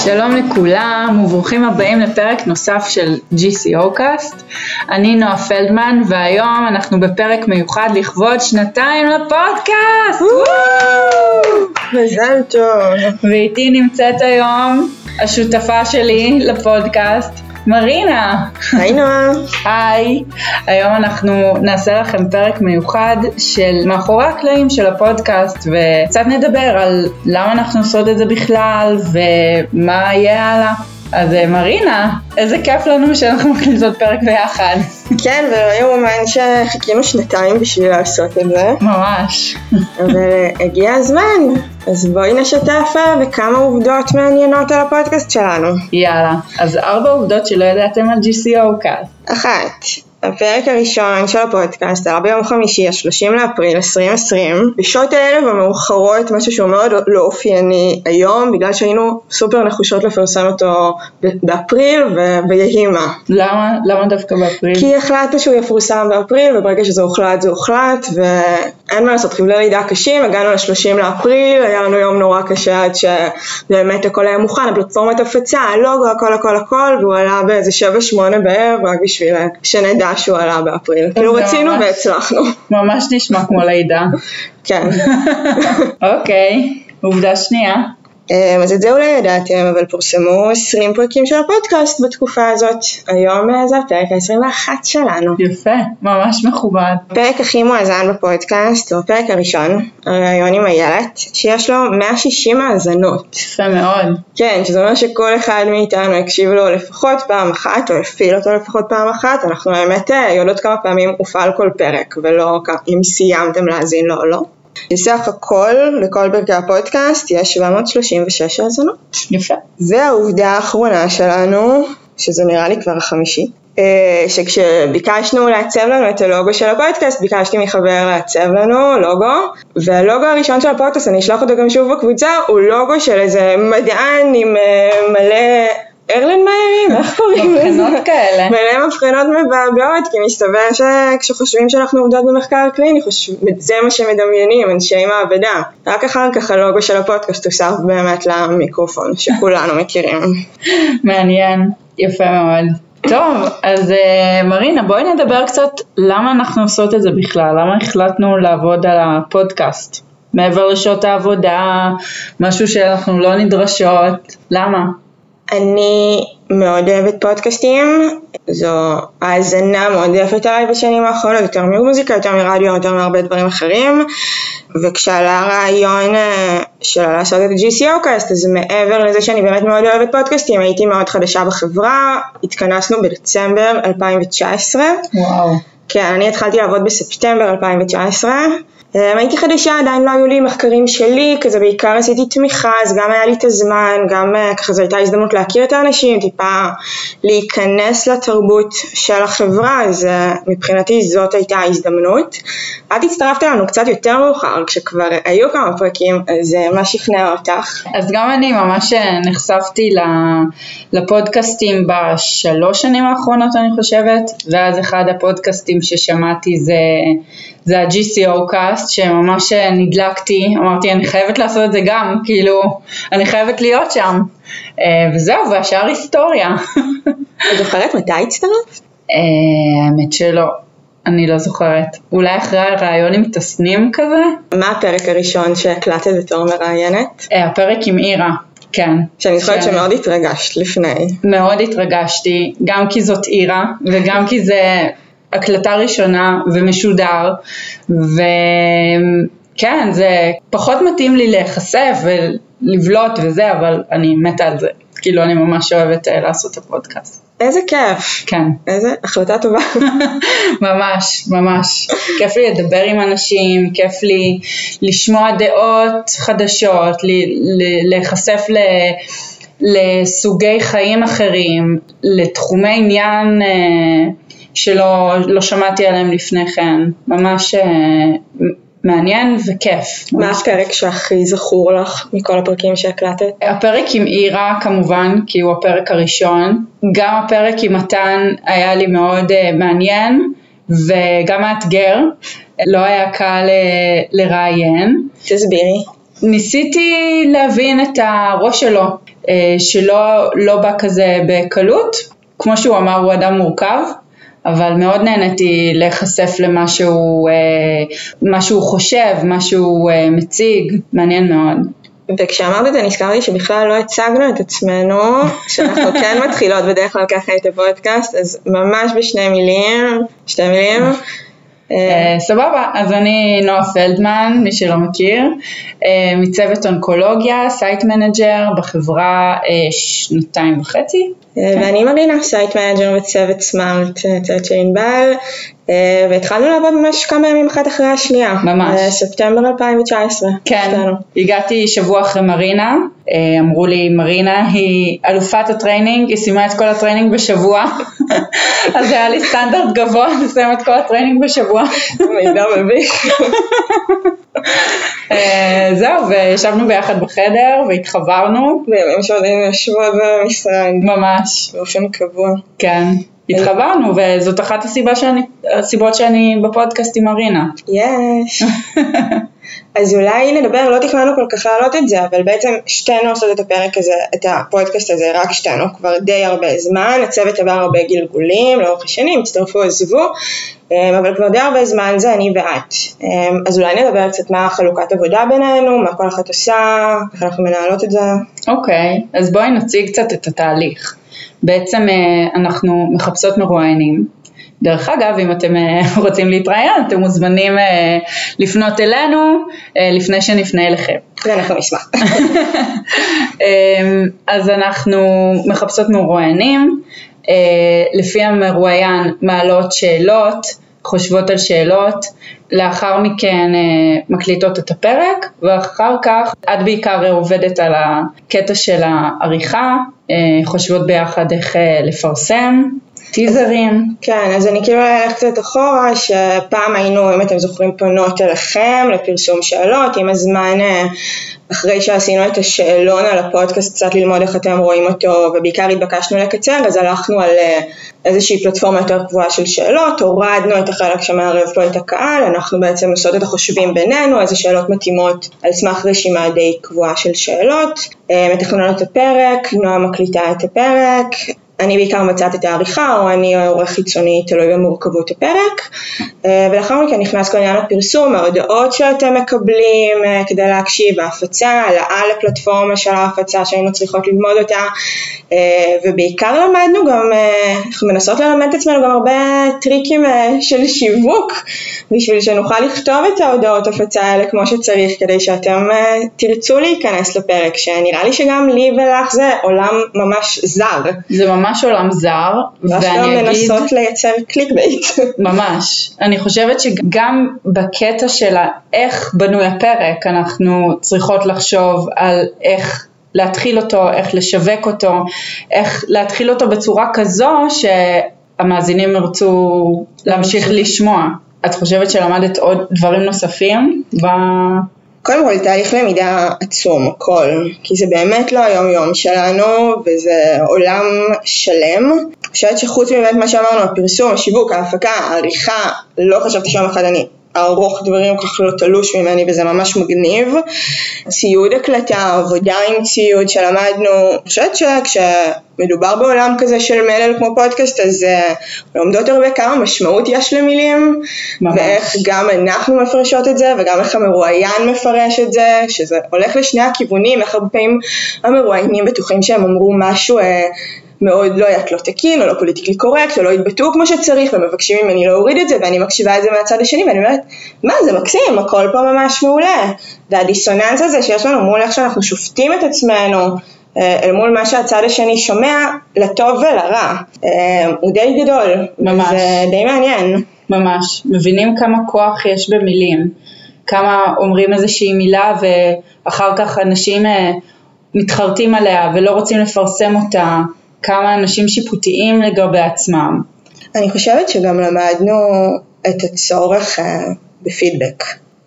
שלום לכולם וברוכים הבאים לפרק נוסף של GCOcast. אני נועה פלדמן והיום אנחנו בפרק מיוחד לכבוד 2 לפודקאסט. מזל טוב. ואיתי נמצאת היום השותפה שלי לפודקאסט, מרינה. היי נועה. היי. היום אנחנו נעשה לכם פרק מיוחד של מאחורי הקלעים של הפודקאסט, וקצת נדבר על למה אנחנו עושות את זה בכלל ומה יהיה הלאה. אז מרינה, איזה כיף לנו שאנחנו מקליטות פרק ביחד. כן, והיום אומן שחיכינו 2 בשביל לעשות את זה. ממש. אבל הגיע הזמן, אז בואי נשתף בכמה עובדות מעניינות על הפודקאסט שלנו. יאללה, אז 4 עובדות שלא ידעתם על GCOcast. 1. הפרק הראשון של הפודקאסט עלה ביום חמישי, 30 לאפריל 2020, בשעות הערב המאוחרות, משהו שהוא מאוד לא אופייני היום, בגלל שהיינו סופר נחושות לפרסם אותו באפריל ויהי מה. למה דווקא באפריל? כי החלטנו שהוא יפורסם באפריל, וברגע שזה הוחלט זה הוחלט, ואין מה לעשות, חבלי לידה קשים, הגענו ל-30 לאפריל, היה לנו יום נורא קשה עד שבאמת הכל היה מוכן, הפלטפורמת הפצה, הלוגו, הכל, והוא עלה באיזה 7-8 בערב, רק בשביל שנדע שהוא עלה באפריל. כאילו רצינו והצלחנו. ממש נשמע כמו לידה. כן. אוקיי, עובדה שנייה. אז את זה אולי ידעתם, אבל פורסמו 20 פרקים של הפודקאסט בתקופה הזאת. היום זה הפרק ה-21 שלנו. יפה, ממש מכובד. הפרק הכי מואזן בפודקאסט הוא הפרק הראשון, הראיון עם איילת, שיש לו 160 מאזנות. יפה מאוד. כן, שזה אומר שכל אחד מאיתנו הקשיב לו לפחות פעם אחת, או הפעיל אותו לפחות פעם אחת. אנחנו באמת יודעות כמה פעמים הופעל כל פרק, ולא אם סיימתם להאזין לו או לא. בסך הכל, לכל פרקי הפודקאסט יש 736 האזנות. יפה. והעובדה האחרונה שלנו, שזה נראה לי כבר החמישי, שכשביקשנו לעצב לנו את הלוגו של הפודקאסט, ביקשתי מחבר לעצב לנו לוגו, והלוגו הראשון של הפודקאסט, אני אשלח אותו גם שוב בקבוצה, הוא לוגו של איזה מדען עם מלא ארלנמיירים, איך קוראים לזה? מבחנות כאלה. מלא מבחנות מבעבעות, כי מסתבר שכשחושבים שאנחנו עובדות במחקר קליני, זה מה שמדמיינים, אנשי מעבדה. רק אחר כך הלוגו של הפודקאסט הוסף באמת למיקרופון, שכולנו מכירים. מעניין, יפה מאוד. טוב, אז מרינה, בואי נדבר קצת למה אנחנו עושות את זה בכלל, למה החלטנו לעבוד על הפודקאסט. מעבר לשעות העבודה, משהו שאנחנו לא נדרשות, למה? אני מאוד אוהבת פודקאסטים, זו האזנה מאוד יפת עליי בשנים האחרונות, יותר ממוזיקה, יותר מרדיו, יותר מהרבה דברים אחרים, וכשעלה הרעיון של לעשות את GCOcast, אז מעבר לזה שאני באמת מאוד אוהבת פודקאסטים, הייתי מאוד חדשה בחברה, התכנסנו בדצמבר 2019. וואו. כן, אני התחלתי לעבוד בספטמבר 2019, הייתי חדשה, עדיין לא היו לי מחקרים שלי, כזה בעיקר עשיתי תמיכה, אז גם היה לי את הזמן, גם ככה זו הייתה הזדמנות להכיר את האנשים, טיפה להיכנס לתרבות של החברה, אז מבחינתי זאת הייתה ההזדמנות. את הצטרפת לנו קצת יותר מאוחר, כשכבר היו כמה פרקים, אז מה שכנע אותך? אז גם אני ממש נחשפתי לפודקאסטים ב3 שנים האחרונות אני חושבת, ואז אחד הפודקאסטים ששמעתי זה ה-GCOcast, שממש נדלקתי, אמרתי אני חייבת לעשות את זה גם, כאילו אני חייבת להיות שם, וזהו, והשאר היסטוריה. את זוכרת מתי הצטרפת? האמת שלא, אני לא זוכרת, אולי אחרי הרעיון עם תסנים כזה. מה הפרק הראשון שהקלטת בתור מראיינת? הפרק עם אירה. כן. שאני זוכרת שמאוד התרגשת לפני. מאוד התרגשתי, גם כי זאת אירה, וגם כי זה הקלטה ראשונה ומשודר, וכן, זה פחות מתאים לי להיחשף ולבלוט וזה, אבל אני מתה על זה. כאילו אני ממש אוהבת לעשות את הפודקאסט. איזה כיף. כן. איזה החלטה טובה. ממש, ממש. כיף לי לדבר עם אנשים, כיף לי לשמוע דעות חדשות, להיחשף לסוגי חיים אחרים, לתחומי עניין שלא שמעתי עליהם לפני כן. ממש מעניין וכיף. מה הפרק שהכי זכור לך מכל הפרקים שהקלטת? הפרק עם אירה כמובן, כי הוא הפרק הראשון. גם הפרק עם מתן היה לי מאוד מעניין, וגם מאתגר. לא היה קל לראיין. תסבירי. ניסיתי להבין את הראש שלו, שלא בא כזה בקלות, כמו שהוא אמר הוא אדם מורכב, אבל מאוד נהניתי להיחשף למה שהוא חושב, מה שהוא מציג, מעניין מאוד. וכשאמרת את זה נזכרתי שבכלל לא הצגנו את עצמנו, שאנחנו כן מתחילות בדרך כלל ככה את הפודקאסט, אז ממש בשתי מילים. סבבה, אז אני נועה פלדמן, מי שלא מכיר, מצוות אונקולוגיה, סייט מנג'ר בחברה 2.5 שנים. ואני מרינה, סייט מנג'ר וצוות סמארט, צוות של ענבל, והתחלנו לעבוד ממש כמה ימים אחת אחרי השנייה. ממש. ספטמבר 2019. כן, הגעתי שבוע אחרי מרינה, אמרו לי מרינה היא אלופת הטריינינג, היא סיימה את כל הטריינינג בשבוע, אז זה היה לי סטנדרט גבוה לסיים את כל הטריינינג בשבוע. מידע מביך. זהו, וישבנו ביחד בחדר והתחברנו. בימים שעודים ישבות במשרד. ממש. באופן קבוע. כן. התחברנו, וזאת אחת הסיבות שאני בפודקאסט עם מרינה. יש. אז אולי נדבר, לא תכננו כל כך להעלות את זה, אבל בעצם שתינו עושות את הפרק הזה, את הפודקאסט הזה, רק שתינו, כבר די הרבה זמן, הצוות עבר הרבה גלגולים, לאורך השנים, הצטרפו, עזבו, אבל כבר די הרבה זמן זה אני ואת. אז אולי נדבר קצת מה חלוקת עבודה בינינו, מה כל אחת עושה, איך אנחנו מנהלות את זה. אוקיי, אז בואי נציג קצת את התהליך. בעצם אנחנו מחפשות מרואיינים. דרך אגב, אם אתם רוצים להתראיין, אתם מוזמנים לפנות אלינו לפני שנפנה אליכם. ואנחנו נשמח. אז אנחנו מחפשות מרואיינים, לפי המרואיין מעלות שאלות, חושבות על שאלות, לאחר מכן מקליטות את הפרק, ואחר כך את בעיקר עובדת על הקטע של העריכה, חושבות ביחד איך לפרסם, טיזרים. כן, אז אני כאילו הולך קצת אחורה, שפעם היינו, אם אתם זוכרים, פונות אליכם לפרסום שאלות, עם הזמן אחרי שעשינו את השאלון על הפודקאסט, קצת ללמוד איך אתם רואים אותו, ובעיקר התבקשנו לקצר, אז הלכנו על איזושהי פלטפורמה יותר קבועה של שאלות, הורדנו את החלק שמערב פה את הקהל, אנחנו בעצם עושות את החושבים בינינו, איזה שאלות מתאימות על סמך רשימה די קבועה של שאלות, מתכננות את הפרק, נועה מקליטה את הפרק, אני בעיקר מצאת את העריכה, או אני עורך חיצוני, תלוי במורכבות הפרק, ולאחר מכן נכנס כל עניין הפרסום, ההודעות שאתם מקבלים כדי להקשיב, ההפצה, העלאה לפלטפורמה של ההפצה שהיינו צריכות ללמוד אותה, ובעיקר למדנו גם, אנחנו מנסות ללמד את עצמנו גם הרבה טריקים של שיווק, בשביל שנוכל לכתוב את ההודעות הפצה האלה כמו שצריך, כדי שאתם תרצו להיכנס לפרק, שנראה לי שגם לי ולך זה עולם ממש זר. זה ממש עולם זר, ואני אגיד... מנסות לייצר קליק בייט. ממש. אני חושבת שגם בקטע של איך בנוי הפרק, אנחנו צריכות לחשוב על איך להתחיל אותו, איך לשווק אותו, איך להתחיל אותו בצורה כזו שהמאזינים ירצו להמשיך לשמוע. את חושבת שלמדת עוד דברים נוספים? קודם כל, תהליך למידה עצום, הכל, כי זה באמת לא היום-יום שלנו, וזה עולם שלם. אני חושבת שחוץ מבאמת מה שאמרנו, הפרסום, השיווק, ההפקה, העריכה, לא חשבתי שיום אחד אני ארוך דברים כך לא תלוש ממני, וזה ממש מגניב. ציוד הקלטה, עבודה עם ציוד שלמדנו, אני חושבת שכשמדובר בעולם כזה של מלל כמו פודקאסט, אז לומדות הרבה כמה משמעות יש למילים, ואיך גם אנחנו מפרשות את זה, וגם איך המרואיין מפרש את זה, שזה הולך לשני הכיוונים, איך הרבה פעמים המרואיינים בטוחים שהם אמרו משהו מאוד לא היה לא תקין, או לא פוליטיקלי קורקט, או לא התבטאו כמו שצריך, ומבקשים ממני להוריד את זה, ואני מקשיבה את זה מהצד השני, ואני אומרת, מה, זה מקסים, הכל פה ממש מעולה. והדיסוננס הזה שיש לנו מול איך שאנחנו שופטים את עצמנו, אל מול מה שהצד השני שומע, לטוב ולרע, הוא די גדול. ממש. זה די מעניין. ממש. מבינים כמה כוח יש במילים, כמה אומרים איזושהי מילה, ואחר כך אנשים מתחרטים עליה, ולא רוצים לפרסם אותה, כמה אנשים שיפוטיים לגבי עצמם. אני חושבת שגם למדנו את הצורך בפידבק.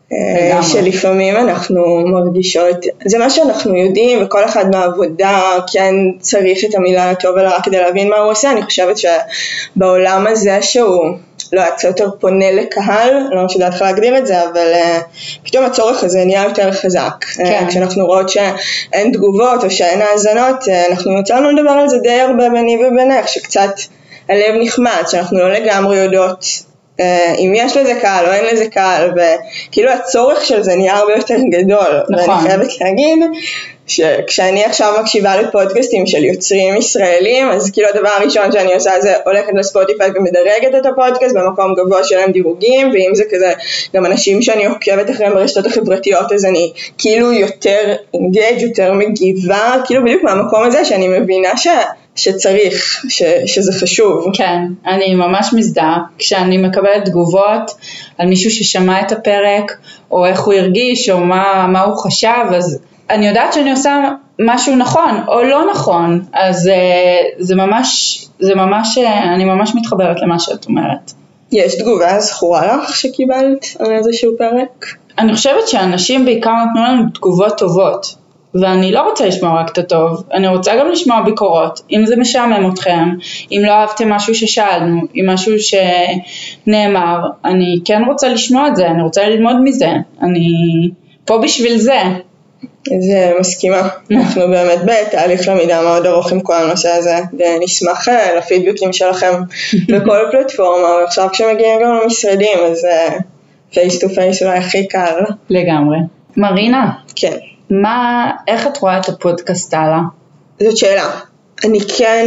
שלפעמים אנחנו מרגישות, זה מה שאנחנו יודעים, וכל אחד מהעבודה כן צריך את המילה הטוב ולרע כדי להבין מה הוא עושה. אני חושבת שבעולם הזה שהוא לא קצת יותר פונה לקהל, לא יודעת איך להגדיר את זה, אבל פתאום הצורך הזה נהיה יותר חזק. כן. כשאנחנו רואות שאין תגובות או שאין האזנות, אנחנו יוצאנו לדבר על זה די הרבה ביני ובינך, שקצת הלב נחמד, שאנחנו לא לגמרי יודעות אם יש לזה קהל או אין לזה קהל, וכאילו הצורך של זה נהיה הרבה יותר גדול. נכון. ואני חייבת להגיד שכשאני עכשיו מקשיבה לפודקאסטים של יוצרים ישראלים, אז כאילו הדבר הראשון שאני עושה זה הולכת לספוטיפיי ומדרגת את הפודקאסט במקום גבוה שלהם דירוגים, ואם זה כזה גם אנשים שאני עוקבת אחריהם ברשתות החברתיות, אז אני כאילו יותר engage, יותר מגיבה, כאילו בדיוק מהמקום הזה שאני מבינה שצריך, שזה חשוב. כן, אני ממש מזדהה, כשאני מקבלת תגובות על מישהו ששמע את הפרק, או איך הוא הרגיש, או מה הוא חשב, אז אני יודעת שאני עושה משהו נכון, או לא נכון, אז זה ממש, אני ממש מתחברת למה שאת אומרת. יש תגובה זכורה לך שקיבלת על איזשהו פרק? אני חושבת שאנשים בעיקר נתנו לנו תגובות טובות, ואני לא רוצה לשמוע רק את הטוב, אני רוצה גם לשמוע ביקורות, אם זה משעמם אתכם, אם לא אהבתם משהו ששאלנו, אם משהו שנאמר, אני כן רוצה לשמוע את זה, אני רוצה ללמוד מזה, אני פה בשביל זה. זה מסכימה, אנחנו באמת בתהליך למידה מאוד ארוך עם כל הנושא הזה, ונשמח לפידבקים שלכם בכל פלטפורמה, ועכשיו כשמגיעים גם למשרדים, אז פייס טו פייס אולי הכי קל. לגמרי. מרינה. כן. איך את רואה את הפודקאסט הלאה? זאת שאלה. אני כן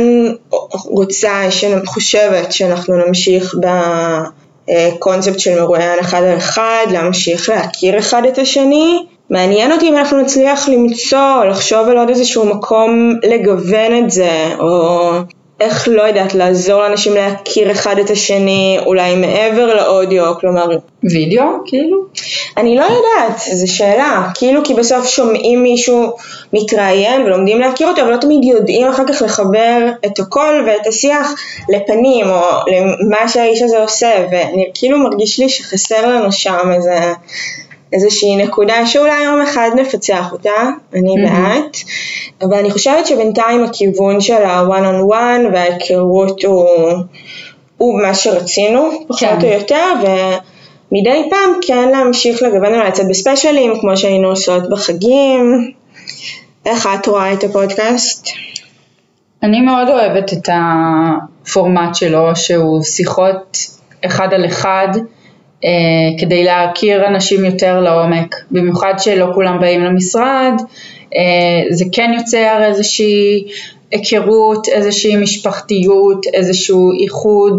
חושבת שאנחנו נמשיך בקונספט של מרואיין אחד על אחד, להמשיך להכיר אחד את השני. מעניין אותי אם אנחנו נצליח למצוא, לחשוב על עוד איזשהו מקום לגוון את זה, או איך לא יודעת, לעזור לאנשים להכיר אחד את השני, אולי מעבר לאודיו, כלומר וידאו, כאילו? אני לא יודעת, זו שאלה, כאילו כי בסוף שומעים מישהו מתראיין ולומדים להכיר אותו, אבל לא תמיד יודעים אחר כך לחבר את הקול ואת השיח לפנים, או למה שהאיש הזה עושה, ואני כאילו מרגיש לי שחסר לנו שם איזושהי נקודה שאולי יום אחד נפצח אותה, אני מעט, אבל אני חושבת שבינתיים הכיוון של ה-one on one וההיכרות הוא מה שרצינו, פחות או יותר, ומדי פעם כן להמשיך לגוון ולצאת בספיישלים, כמו שהיינו עושות בחגים. איך את רואה את הפודקאסט? אני מאוד אוהבת את הפורמט שלו, שהוא שיחות אחד על אחד, כדי להכיר אנשים יותר לעומק, במיוחד שלא כולם באים למשרד, זה כן יוצר איזושהי היכרות, איזושהי משפחתיות, איזשהו איחוד.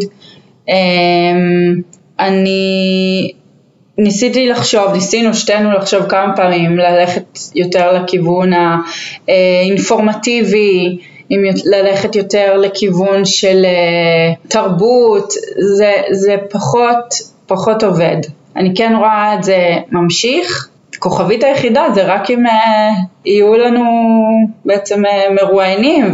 ניסינו שתינו לחשוב כמה פעמים, ללכת יותר לכיוון האינפורמטיבי, ללכת יותר לכיוון של תרבות, זה פחות עובד. אני כן רואה את זה ממשיך. כוכבית היחידה זה רק אם יהיו לנו בעצם מרואיינים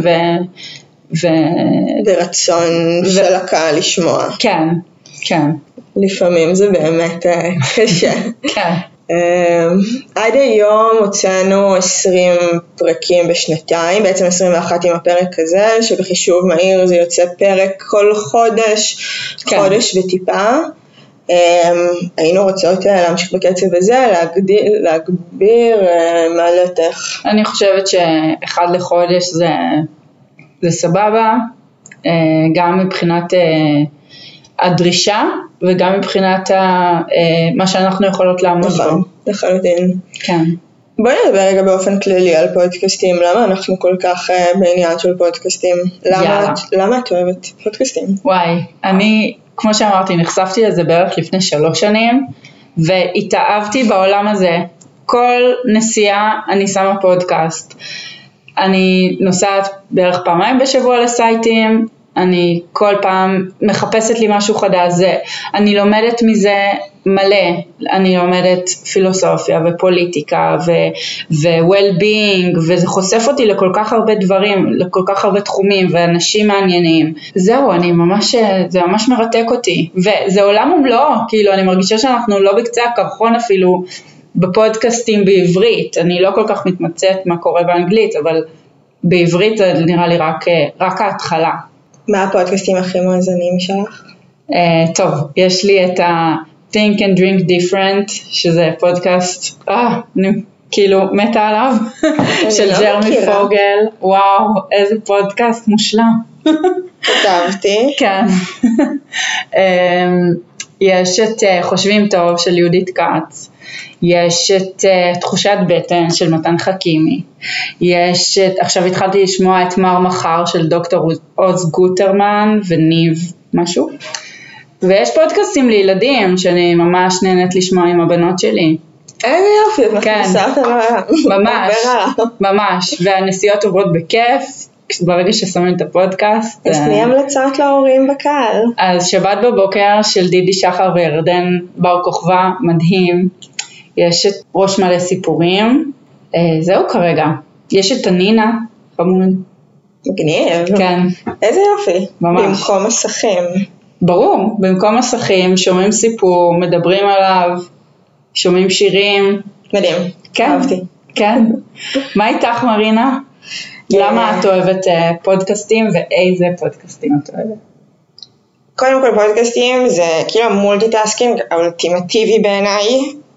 ברצון של הקהל לשמוע. כן, כן. לפעמים זה באמת קשה. כן. עד היום הוצאנו 20 פרקים בשנתיים, בעצם 21 עם הפרק הזה, שבחישוב מהיר זה יוצא פרק כל חודש, כן. חודש וטיפה. היינו רוצות להמשיך בקצב הזה, להגביר, מה לדעתך? אני חושבת שאחד לחודש זה סבבה, גם מבחינת הדרישה, וגם מבחינת מה שאנחנו יכולות לעמוד בו. לחלוטין. כן. בואי נדבר רגע באופן כללי על פודקאסטים, למה אנחנו כל כך בעניין של פודקאסטים? למה את אוהבת פודקאסטים? וואי, אני, כמו שאמרתי, נחשפתי לזה בערך לפני 3 שנים, והתאהבתי בעולם הזה. כל נסיעה אני שמה פודקאסט. אני נוסעת בערך 2 פעמים בשבוע לסייטים, אני כל פעם מחפשת לי משהו חדש, אני לומדת מזה מלא, אני לומדת פילוסופיה ופוליטיקה ו-well-being, וזה חושף אותי לכל כך הרבה דברים, לכל כך הרבה תחומים ואנשים מעניינים. זהו, זה ממש מרתק אותי, וזה עולם ומלואו, כאילו אני מרגישה שאנחנו לא בקצה הקרחון אפילו בפודקאסטים בעברית, אני לא כל כך מתמצאת מה קורה באנגלית, אבל בעברית זה נראה לי רק ההתחלה. מה הפודקאסטים הכי מאזנים שלך? טוב, יש לי את ה-Think and Drink Different, שזה פודקאסט, אני כאילו מתה עליו, של ג'רמי פוגל, וואו, איזה פודקאסט מושלם. כתבתי. כן. יש את חושבים טוב של יהודית קאץ, יש את תחושת בטן של מתן חכימי, יש את, עכשיו התחלתי לשמוע את מר מחר של דוקטור עוז גוטרמן וניב משהו, ויש פודקאסטים לילדים שאני ממש נהנית לשמוע עם הבנות שלי. איזה יופי, את מכניסה אותנו. ממש, והנסיעות עוברות בכיף, ברגע ששמים את הפודקאסט. יש לי המלצות להורים בקהל. אז שבת בבוקר של דידי שחר וירדן בר כוכבא, מדהים. יש את ראש מלא סיפורים, זהו כרגע. יש את הנינה, חמוד. מגניב. כן. איזה יופי. ממש. במקום מסכים. ברור, במקום מסכים, שומעים סיפור, מדברים עליו, שומעים שירים. מדהים. כן. אהבתי. כן. מה איתך מרינה? למה את אוהבת פודקאסטים ואיזה פודקאסטים את אוהבת? קודם כל פודקאסטים זה כאילו המולטיטאסקינג האולטימטיבי בעיניי,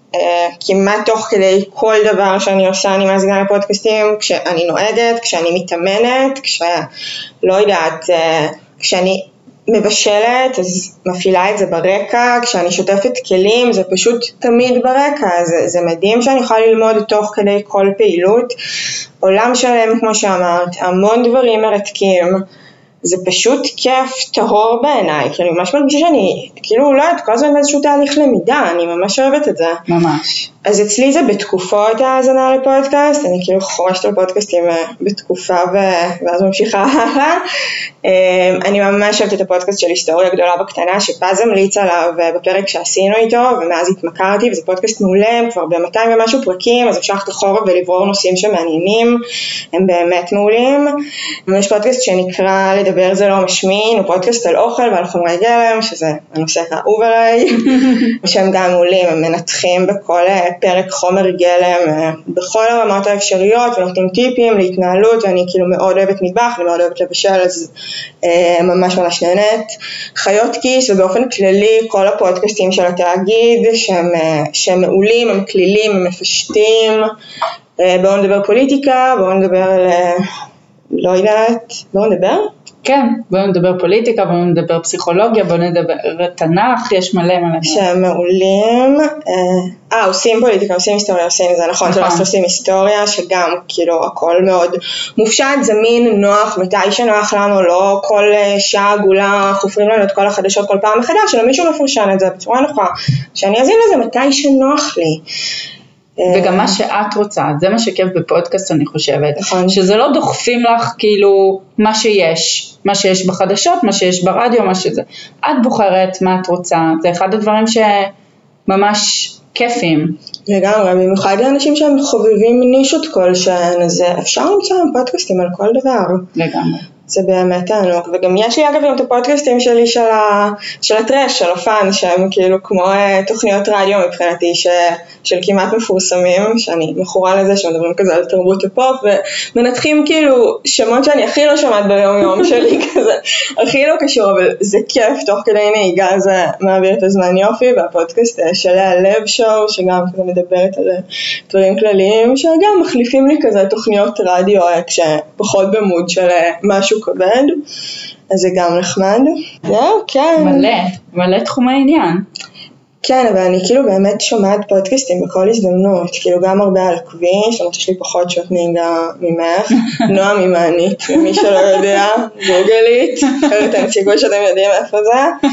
כמעט תוך כדי כל דבר שאני עושה אני מאזינה לפודקאסטים, כשאני נוהגת, כשאני מתאמנת, לא יודעת, כשאני מבשלת אז מפעילה את זה ברקע, כשאני שוטפת כלים זה פשוט תמיד ברקע, זה מדהים שאני יכולה ללמוד תוך כדי כל פעילות, עולם שלם כמו שאמרת, המון דברים מרתקים, זה פשוט כיף טהור בעיניי, כי אני ממש מרגישה שאני כאילו לא יודעת, כל הזמן באיזשהו תהליך למידה, אני ממש אוהבת את זה. ממש. אז אצלי זה בתקופות ההאזנה לפודקאסט, אני כאילו חורשת על פודקאסטים בתקופה ואז ממשיכה הלאה. אני ממש אוהבת את הפודקאסט של היסטוריה גדולה בקטנה, שפז המליץ עליו בפרק שעשינו איתו, ומאז התמכרתי, וזה פודקאסט מעולה, כבר ב-200 ומשהו פרקים, אז אפשר לחזור ולברור נושאים שמעניינים, הם באמת מעולים. יש פודקאסט שנקרא לדבר זה לא משמין, הוא פודקאסט על אוכל ועל חומרי גלם, שזה הנושא האהוב עליי, שהם גם מעולים, הם מנתחים בכל פרק חומר גלם, בכל הרמות האפשריות, ונותנים טיפים להתנהלות, ואני כאילו מאוד אוהבת מטבח, אני מאוד אוהבת לבשל, אז ממש ממש נהנית. חיות כיס, ובאופן כללי כל הפודקאסטים של התאגיד, שהם מעולים, הם כלילים, הם מפשטים, בואו נדבר פוליטיקה, בואו נדבר על, לא יודעת, בואו נדבר? כן, בואו נדבר פוליטיקה, בואו נדבר פסיכולוגיה, בואו נדבר תנ"ך, יש מלא. שהם מעולים, עושים פוליטיקה, עושים היסטוריה, עושים זה נכון, שלא עושים היסטוריה, שגם כאילו הכל מאוד מופשט, זמין, נוח, מתי שנוח לנו, לא כל שעה עגולה, חופרים לנו את כל החדשות כל פעם מחדש, אלא מישהו מפרשן את זה בצורה נוחה, שאני אזין לזה מתי שנוח לי. וגם מה שאת רוצה, זה מה שכיף בפודקאסט אני חושבת, שזה לא דוחפים לך כאילו מה שיש בחדשות, מה שיש ברדיו, מה שזה, את בוחרת מה את רוצה, זה אחד הדברים שממש כיפים. לגמרי, במיוחד לאנשים שהם חובבים נישות כלשהן, אז אפשר למצוא פודקאסטים על כל דבר. לגמרי. זה באמת תענוג, וגם יש לי אגב את הפודקאסטים שלי של הטרש, של הפן, שהם כאילו כמו תוכניות רדיו מבחינתי, של כמעט מפורסמים, שאני מכורה לזה, שמדברים כזה על תרבות הפופ, ומנתחים כאילו שמות שאני הכי לא שומעת ביום יום שלי, כזה, הכי לא קשור, אבל זה כיף, תוך כדי נהיגה זה מעביר את הזמן יופי, והפודקאסט של הלב שואו, שגם כזה מדברת על דברים כלליים, שגם מחליפים לי כזה תוכניות רדיו, כשפחות במוד של משהו כבד, אז זה גם נחמד. זהו, כן. מלא תחומי עניין. כן, אבל אני כאילו באמת שומעת פודקאסטים בכל הזדמנות, כאילו גם הרבה על הכביש, למרות שיש לי פחות שעות נהיגה ממך, נועה ממענית, ומי שלא יודע, גוגלית, אחרת אני סיגוי שאתם יודעים איפה זה.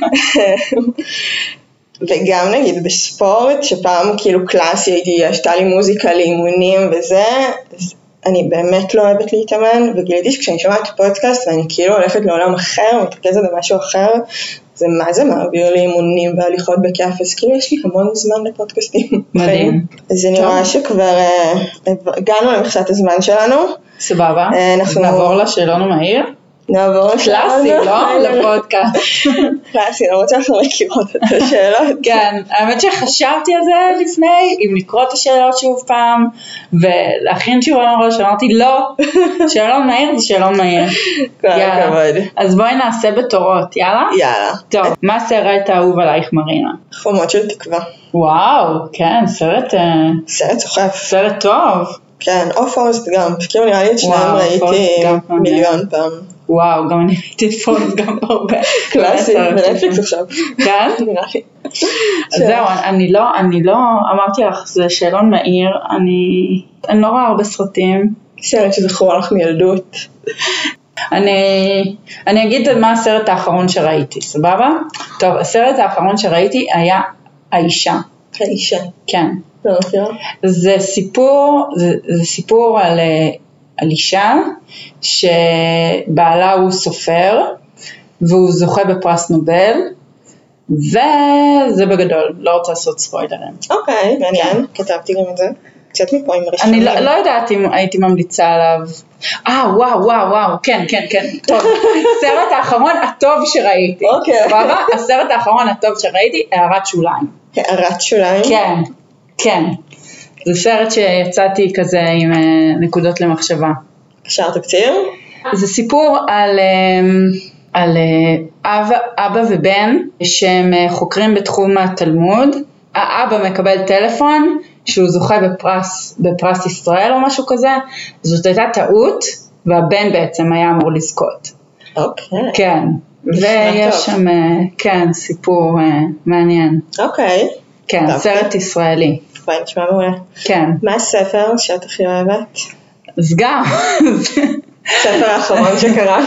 וגם נגיד בספורט, שפעם כאילו קלאסי הייתי, ישתה לי מוזיקה לאימונים וזה, אז אני באמת לא אוהבת להתאמן, וגיליתי שכשאני שומעת פודקאסט ואני כאילו הולכת לעולם אחר, מתרכזת במשהו אחר, זה מה זה מעביר לי אימונים והליכות בכיף, אז כאילו יש לי המון זמן לפודקאסטים. מדהים. אז אני רואה שכבר הגענו למכסת הזמן שלנו. סבבה, נעבור לשאלון המהיר. נעבור קלאסי, לא? לפודקאסט. קלאסי, למרות שאנחנו מכירות את השאלות. כן, האמת שחשבתי על זה לפני, אם לקרוא את השאלות שוב פעם, ולהכין תשובה מראש, אמרתי לא, שאלון מהיר זה שאלון מהיר. יאללה, אז בואי נעשה בתורות, יאללה? יאללה. טוב, מה הסרט האהוב עלייך מרינה? חומות של תקווה. וואו, כן, סרט סוחף. סרט טוב. כן, או פורסט גאמפ, כאילו נראה לי את שניהם ראיתי מיליון פעם. וואו, גם אני ראיתי את פורסט גאמפ הרבה. קלאסי, בנטפליקס עכשיו. כן? נראה לי. זהו, אני לא, אמרתי לך, זה שאלון מהיר, אני לא רואה הרבה סרטים. סרט שזכרו לך מילדות. אני אגיד מה הסרט האחרון שראיתי, סבבה? טוב, הסרט האחרון שראיתי היה האישה. האישה. כן. לא מכירה. זה סיפור על אישה שבעלה הוא סופר והוא זוכה בפרס נובל, וזה בגדול, לא רוצה לעשות ספוילרים. אוקיי, מעניין, כתבתי גם את זה. קצת מפה עם ראשונים. אני לא יודעת אם הייתי ממליצה עליו. וואו, כן, טוב. הסרט האחרון הטוב שראיתי. אוקיי. סבבה? הסרט האחרון הטוב שראיתי, הערת שוליים. הערת שוליים? כן. זה סרט שיצאתי כזה עם נקודות למחשבה. שער תקציר? זה סיפור על אבא ובן שהם חוקרים בתחום התלמוד. האבא מקבל טלפון שהוא זוכה בפרס ישראל או משהו כזה, זאת הייתה טעות, והבן בעצם היה אמור לזכות. אוקיי. כן, ויש שם, כן, סיפור מעניין. אוקיי. כן, סרט ישראלי. ביי, נשמע מעולה. כן. מה הספר שאת הכי אוהבת? אז גם. ספר האחרון שקראת?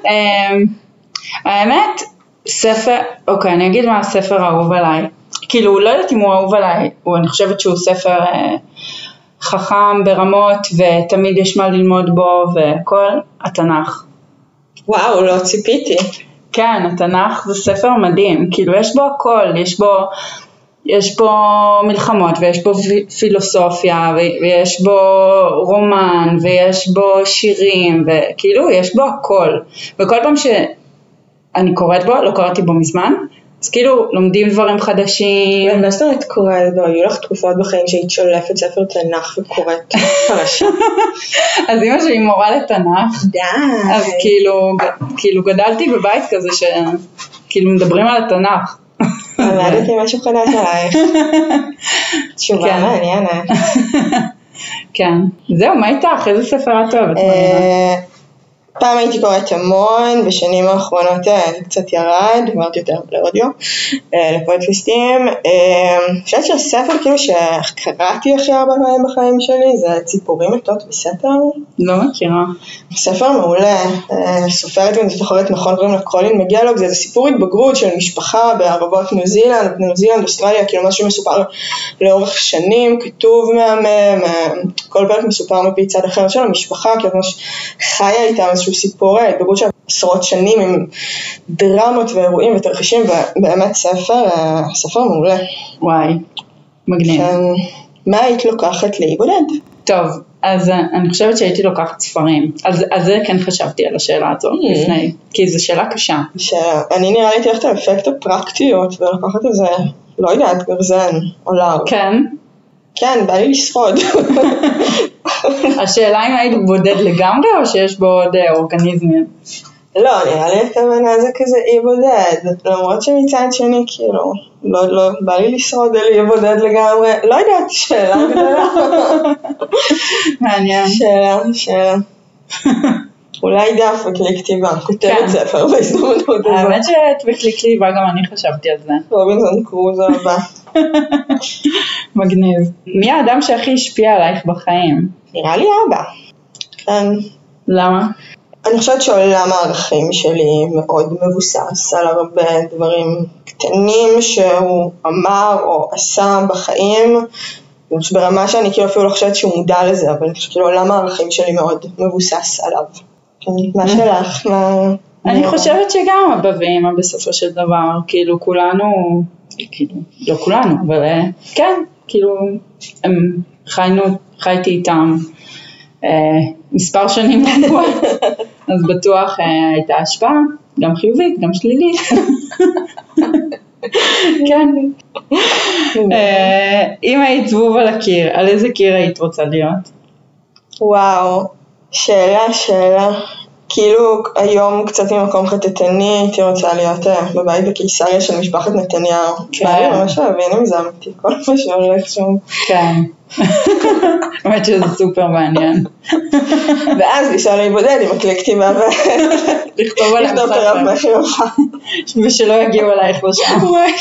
האמת, אוקיי, אני אגיד מה הספר האהוב עליי. כאילו, לא יודעת אם הוא אהוב עליי, אני חושבת שהוא ספר חכם ברמות, ותמיד יש מה ללמוד בו, וכל התנ"ך. וואו, לא ציפיתי. כן, התנ"ך זה ספר מדהים, כאילו יש בו הכל, יש בו מלחמות, ויש בו פילוסופיה, ויש בו רומן, ויש בו שירים, וכאילו יש בו הכל. וכל פעם שאני קוראת בו, לא קראתי בו מזמן, אז כאילו לומדים דברים חדשים. מה זאת אומרת קוראת בו? היו לך תקופות בחיים שהיית שולפת ספר תנ"ך וקוראת פרשה? אז אמא שלי מורה לתנ"ך. די. אז כאילו גדלתי בבית כזה שכאילו מדברים על התנ"ך. למדתי משהו חדש עלייך. תשובה מעניינת. כן. זהו, מה איתך? איזה ספר את אוהבת? פעם הייתי קוראת המון, בשנים האחרונות זה קצת ירד, אמרתי יותר לאודיו, לפודקאסטים. אני חושבת שהספר כאילו שקראתי הכי הרבה פעמים בחיים שלי, זה ציפורים מתות בסתר. לא מכירה. ספר מעולה, סופרת אם זוכרת נכון, קוראים לה קולין מגלוג, זה סיפור התבגרות של משפחה בערבות ניו זילנד, אוסטרליה, כאילו משהו מסופר לאורך שנים, כתוב מהמם, כל פרק מסופר מפי צד אחר של המשפחה, כאילו ממש חיה איתם איזשהו סיפור התבגרות של עשרות שנים עם דרמות ואירועים ותרחישים, ובאמת ספר מעולה. וואי, מגניב. מה היית לוקחת לי בודד? טוב, אז אני חושבת שהייתי לוקחת ספרים, על זה כן חשבתי על השאלה הזו לפני, כי זו שאלה קשה. אני נראה לי תלכת על אפקט הפרקטיות, ולקחת את זה, לא יודעת, גרזן, עולר. כן? כן, בא לי לשרוד. השאלה אם היית בודד לגמרי, או שיש בו עוד אורגניזמים? לא, נראה לי הכוונה זה כזה אי בודד, למרות שמצד שני, כאילו, לא, בא לי לשרוד על אי בודד לגמרי, לא יודעת, שאלה גדולה. מעניין. שאלה. אולי דף בכלי כתיבה, כותבת ספר בהזדמנות הזאת. האמת שאת בכלי כתיבה, גם אני חשבתי על זה. רובינזון קרוזו הבא. מגניב. מי האדם שהכי השפיע עלייך בחיים? נראה לי אבא. כן. למה? אני חושבת שעולם הערכים שלי מאוד מבוסס על הרבה דברים קטנים שהוא אמר או עשה בחיים, ברמה שאני כאילו אפילו לא חושבת שהוא מודע לזה, אבל אני חושבת כאילו עולם הערכים שלי מאוד מבוסס עליו. מה שלך? אני חושבת שגם אבא ואמא בסופו של דבר, כאילו כולנו, כאילו, לא כולנו, אבל כן, כאילו, חייתי איתם, מספר שנים עברו, אז בטוח הייתה השפעה, גם חיובית, גם שלילית. כן. אם היית זבוב על הקיר, על איזה קיר היית רוצה להיות? וואו, שאלה. כאילו היום קצת ממקום חטטני, הייתי רוצה להיות בבית בקיסריה של משפחת נתניהו. כן. אני ממש להבין אם זה אמיתי, כל מה שהולך שם. כן. באמת שזה סופר מעניין. ואז נשאר להתבודד עם הקליקטים מהבית. לכתוב עליהם לכתוב קרב מהחיוכה. ושלא יגיעו אלייך לשם.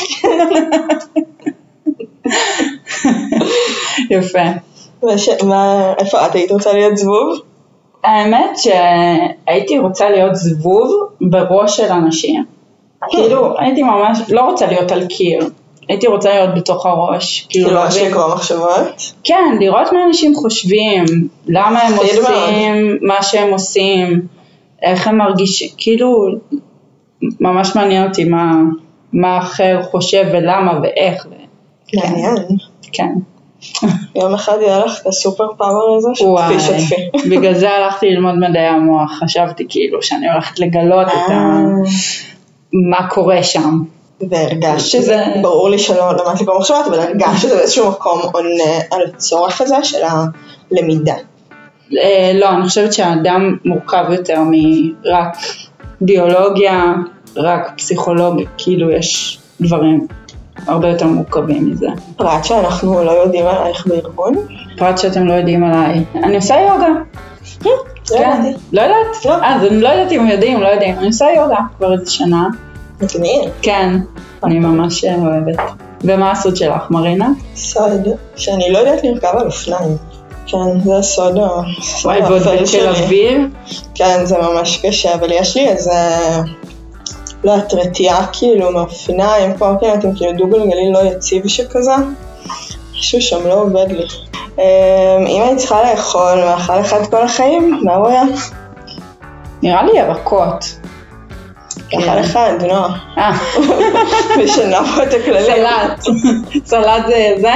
יפה. איפה את היית רוצה להיות זבוב? האמת שהייתי רוצה להיות זבוב בראש של אנשים. כאילו, הייתי ממש, לא רוצה להיות על קיר. הייתי רוצה להיות בתוך הראש. כאילו, ממש לקרוא מחשבות? כן, לראות מה אנשים חושבים, למה הם עושים מה שהם עושים, איך הם מרגישים, כאילו, ממש מעניין אותי מה אחר חושב ולמה ואיך. מעניין. כן. יום אחד יהיה לך את הסופר פאוור הזה, שתפי. בגלל זה הלכתי ללמוד מדעי המוח, חשבתי כאילו שאני הולכת לגלות את מה קורה שם. והרגשת שזה, ברור לי שלא למדתי לקרוא מחשבות, אבל הרגשת שזה באיזשהו מקום עונה על הצורך הזה של הלמידה. לא, אני חושבת שהאדם מורכב יותר מרק ביולוגיה, רק פסיכולוגיה, כאילו יש דברים הרבה יותר מורכבים מזה. פרט שאנחנו לא יודעים עלייך בארגון? פרט שאתם לא יודעים עליי. אני עושה יוגה. כן, לא יודעת? אז אני לא יודעת אם יודעים, לא יודעים. אני עושה יוגה כבר איזה שנה. מגניב. כן, אני ממש אוהבת. ומה הסוד שלך, מרינה? סוד, שאני לא יודעת לרכב על אופניים. כן, זה הסוד וואי, ועוד בתל אביב? כן, זה ממש קשה, אבל יש לי איזה, לא יודעת, רתיעה כאילו מאופניים, קורקינטים, כאילו דו-גלגלי לא יציב שכזה. משהו שם לא עובד לי. אם אני צריכה לאכול מאכל אחד כל החיים, מה הוא היה? נראה לי ירקות. מאכל אחד, נועה. בשנה פה את הכללים. סלט. סלט זה.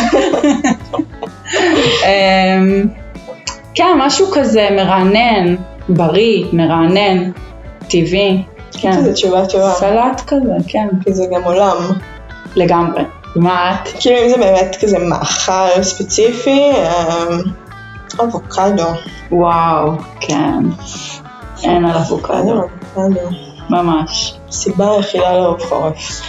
כן, משהו כזה מרענן, בריא, מרענן, טבעי. זה תשובה טובה. סלט כזה, כן. כי זה גם עולם. לגמרי. מה את? כאילו אם זה באמת כזה מאכל ספציפי, אבוקדו. וואו, כן. אין על אבוקדו. ממש. סיבה היחידה לאהוב חורף.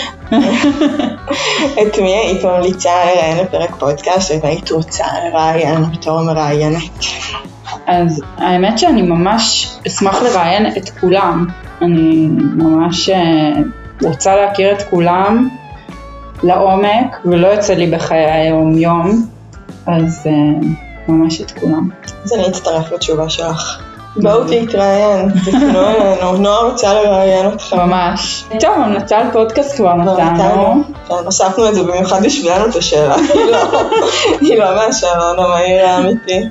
את מי היית ממליצה לראיין לפרק פודקאסט, והיית רוצה לראיין בתור מראיינת? אז האמת שאני ממש אשמח לראיין את כולם. אני ממש רוצה להכיר את כולם לעומק, ולא יוצא לי בחיי היום יום, אז ממש את כולם. אז אני אצטרף לתשובה שלך. בואו תתראיין, תפנו אלינו, נועה רוצה לראיין אותך. ממש. טוב, המלצה על פודקאסט כבר נתנו. הוספנו את זה במיוחד בשבילנו את השאלה, היא לא מהשאלון המהיר האמיתי.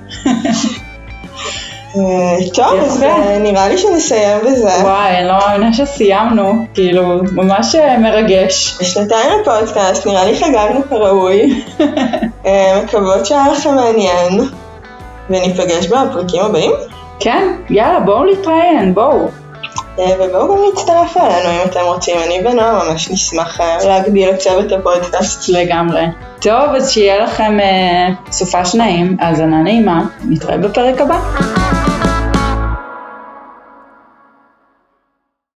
טוב, אז נראה לי שנסיים בזה. וואי, אני לא מאמינה שסיימנו, כאילו, ממש מרגש. 2 לפודקאסט, נראה לי חגגנו כראוי. מקוות שהיה לכם מעניין, וניפגש בפרקים הבאים. כן, יאללה, בואו להתראיין, בואו. ובואו גם להצטרף אלינו אם אתם רוצים, אני ונועה ממש נשמח להגדיל את צוות הפודקאסט. לגמרי. טוב, אז שיהיה לכם סופה שניים, האזנה נעימה, נתראה בפרק הבא.